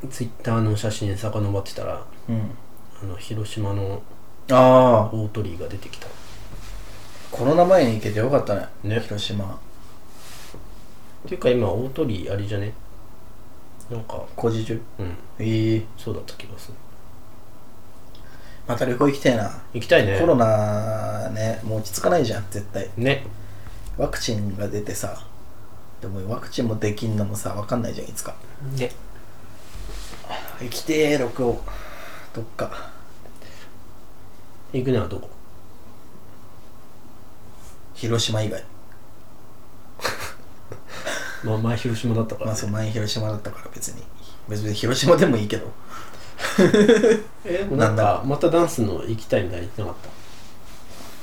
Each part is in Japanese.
ツイッターの写真遡ってたら、広島の大鳥居が出てきた。 コロナ前に行けてよかったね。広島っていうか今大鳥居あれじゃね、なんか工事中。 そうだった気がする。 また旅行行きたいな。 行きたいね。 コロナね、もう落ち着かないじゃん絶対ね。 ワクチンが出てさ、でもワクチンもできんのもさ分かんないじゃんいつかね。 行きてー。録音どっか行くのはどこ？ 広島以外まあ前広島だったから、ね、 まあそう前広島だったから別に広島でもいいけどなんかまたダンスの行きたいみたいに言ってなかった？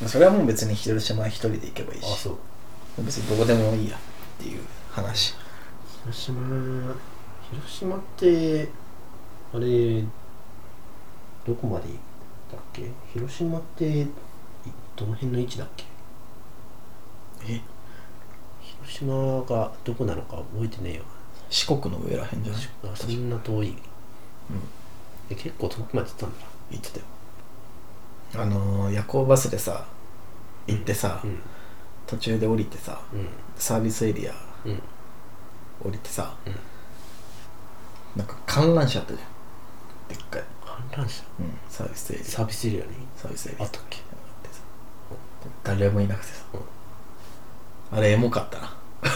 それはもう別に広島一人で行けばいいし。 あ、そう。 別にどこでもいいやっていう話。 広島ってあれどこまで行ったっけ？広島ってどの辺の位置だっけ？広島がどこなのか覚えてねえよ。 四国の上らへんじゃない？ そんな遠い。結構遠くまで行ったんだ。 行ってたよ。夜行バスでさ行ってさ、途中で降りてさ、サービスエリア降りてさ、なんか観覧車あったじゃん、でっかい観覧車。 サービスエリアサービスエリアにあったっけ？ 誰もいなくてさ、あれエモかったな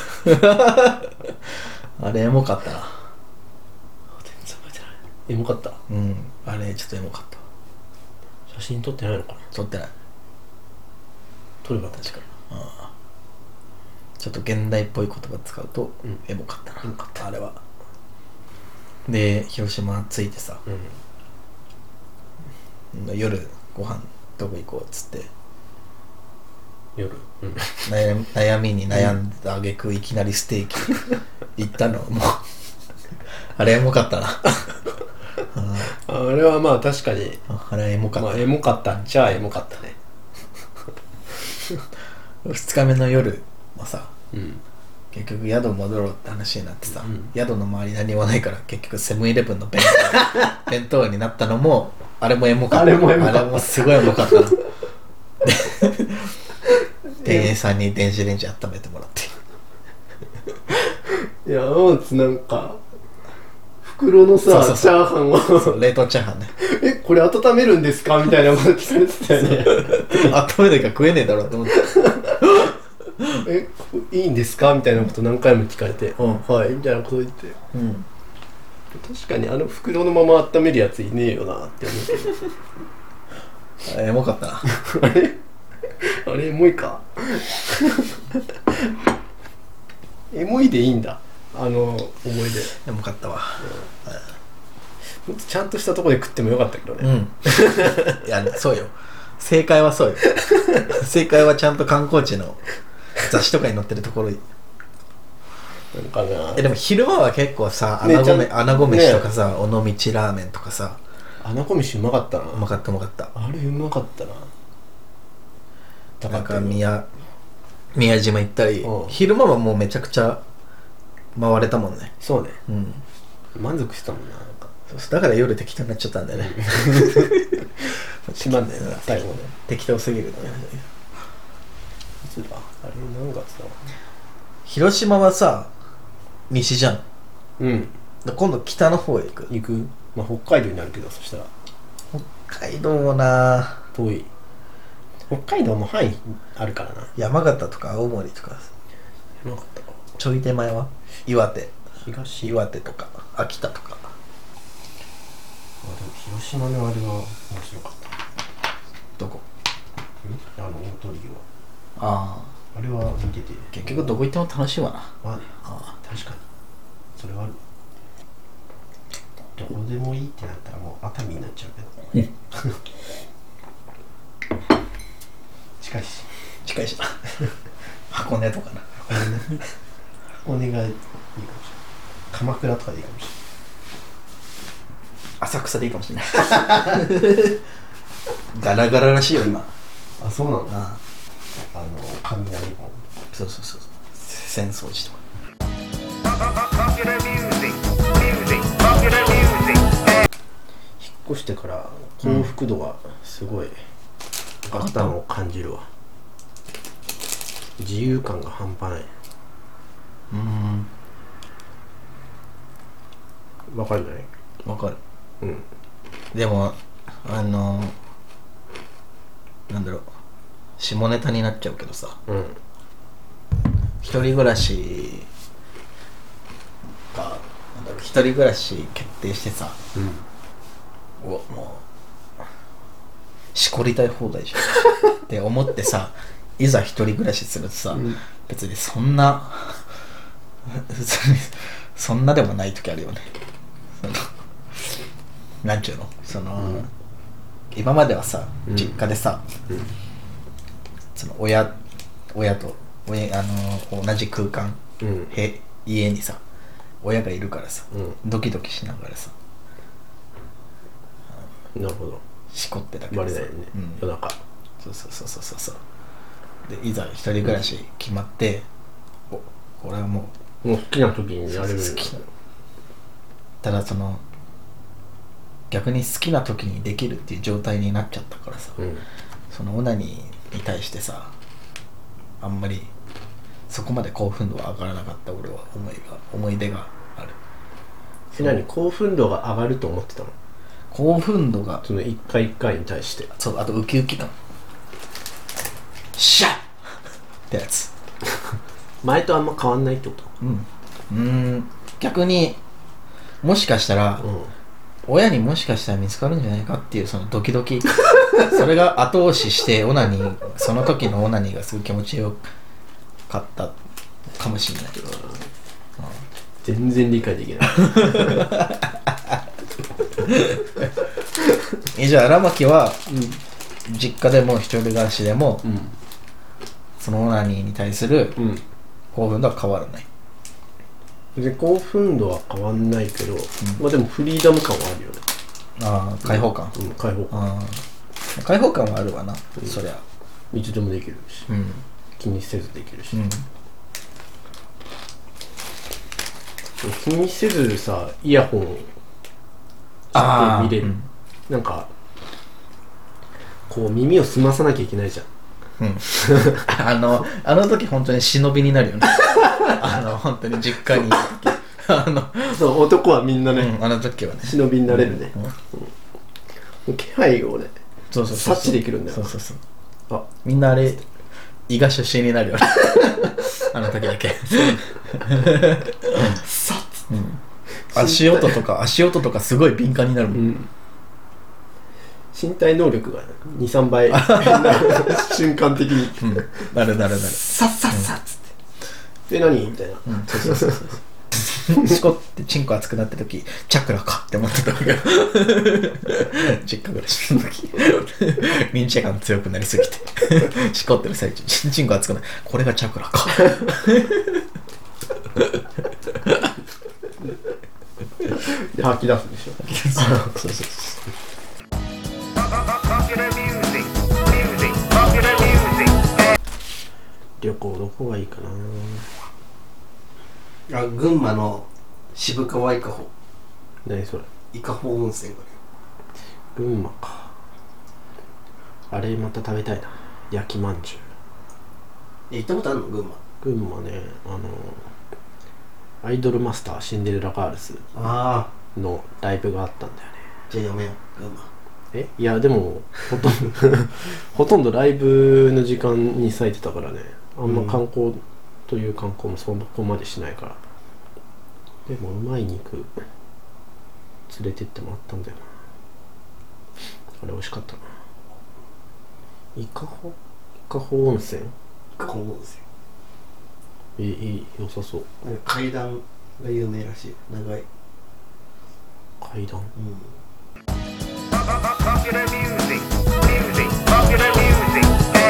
あれエモかったな。 全然覚えてない。エモかった。 あれちょっとエモかった。 写真撮ってないのかな？ 撮ってない。 撮れば確かに。 ちょっと現代っぽい言葉使うと、エモかったな。 エモかった。 あれは。で広島着いてさ、夜ご飯どこ行こうっつって夜、 悩みに悩んだ挙句いきなりステーキ行ったのもうあれエモかったなあれはまあ確かにあれエモかった、 まあエモかったじゃあエモかったね 2日目の夜もさ、結局宿戻ろうって話になってさ、宿の周り何もないから結局セブンイレブンの弁当になったのもあれもエモかった。あれもすごいエモかったな店員さんに電子レンジ温めてもらっていやなんか袋のさチャーハンを冷凍チャーハンねこれ温めるんですかみたいなこと聞かれてたよね温めなきゃ食えねえだろって思っていいんですかみたいなこと何回も聞かれて、はいみたいなこと言って、確かにあの袋のまま温めるやついねえよなって思うけどエモかったなあれエモいかエモいでいいんだ、思い出エモかったわ、 もっとちゃんとしたとこで食ってもよかったけどね、 いやそうよ、正解はそうよ正解はちゃんと観光地の雑誌とかに載ってるところなんかな。 でも昼間は結構さ、穴子飯とかさ、尾道ラーメンとかさ、 穴子飯うまかったな。 うまかったあれうまかったな。 なんか宮島行ったり、昼間はもうめちゃくちゃ回れたもんね。 そうね、満足したもんな。なんかだから夜適当になっちゃったんだよねしまんだよな最後ね。 適当すぎるって話だけど。 いつだあれ何月だ。 広島はさ西じゃん。今度北の方へ行く。 まあ北海道になるけど、そしたら北海道もな遠い。北海道も範囲あるからな。 山形とか青森とか。 山形か。 ちょい手前は岩手とか秋田とか。 でも広島のあれは面白かった。 どこ？ 大鳥居は。あれは見てて結局どこ行っても楽しいわな。 まあね、確かにそれはある。どこでもいいってなったらもう熱海になっちゃうけど近いしな箱根とかな。 箱根がいいかもしれない。鎌倉とかでいいかもしれない。 浅草でいいかもしれないガラガラらしいよ今。 あ、そうなんだ。雷門。 そう浅草寺とか。 してから幸福度がすごい上がったのを感じるわ。自由感が半端ない。わかるじゃない？ わかる。 うん。 でもなんだろう、下ネタになっちゃうけどさ、一人暮らしがなんだろう、一人暮らし決定してさ、もうしこりたい放題じゃんって思ってさ、いざ一人暮らしするとさ、別にそんなそんなでもない時あるよね。なんちゅうの、今まではさ、実家でさ、その親と同じ空間、家にさ親がいるからさ、ドキドキしながらさ、 なるほど、 しこってたけどさ、 バレないよね、夜中。 そうで、いざ一人暮らし決まって、これはもう好きな時にやれる。 好きな、ただ逆に好きな時にできるっていう状態になっちゃったからさ、そのオナニーに対してさ、あんまりそこまで興奮度は上がらなかった俺は思い出がある。 何、興奮度が上がると思ってたの？ 興奮度がその一回一回に対して。 そう、あとウキウキ感、シャッってやつ前とあんま変わんないってこと？ 逆にもしかしたら、親にもしかしたら見つかるんじゃないかっていうそのドキドキそれが後押ししてその時のオナニーがすごい気持ちよかったかもしれない。 全然理解できないじゃあ荒牧は、実家でも一人暮らしでも、そのオナニーに対する興奮度は変わらない。 で、興奮度は変わんないけど、まあでもフリーダム感はあるよね。 開放感、 開放感、 開放感はあるわな、そりゃいつでもできるし、気にせずできるし、気にせずさ、イヤホンして見れる、なんかこう耳を澄まさなきゃいけないじゃん。 あの時本当に忍びになるよね本当に実家にいる時そう、男はみんなね、 あの時はね忍びになれるね、気配をね、察知できるんだよ。 みんなあれ胃が出身になるよねあの時だけさっ、足音とかすごい敏感になるもん、 身体能力が 2,3 倍瞬間的に、 なるさっさっさっつってで、何みたいな、 しこってチンコ熱くなった時チャクラかって思ってたわけど実家暮らしの時認知感強くなりすぎてしこってる最中チンコ熱くなる、これがチャクラかで吐き出すでしょそう旅行どこがいいかな。 群馬の渋川伊香保、 何それ？ 伊香保温泉が群馬か。あれまた食べたいな、焼きまんじゅう。 行ったことあるの？ 群馬ね、アイドルマスターシンデレラガールズのライブがあったんだよね。 じゃあやめよう、群馬。 いやでもほとんどライブの時間に割いてたからね、あんま観光という観光もそこまでしないから。でもうまい肉連れてってもらったんだよな。あれ美味しかったな。伊香保温泉。良さそう。 階段が有名らしい。長い階段。 Popular music.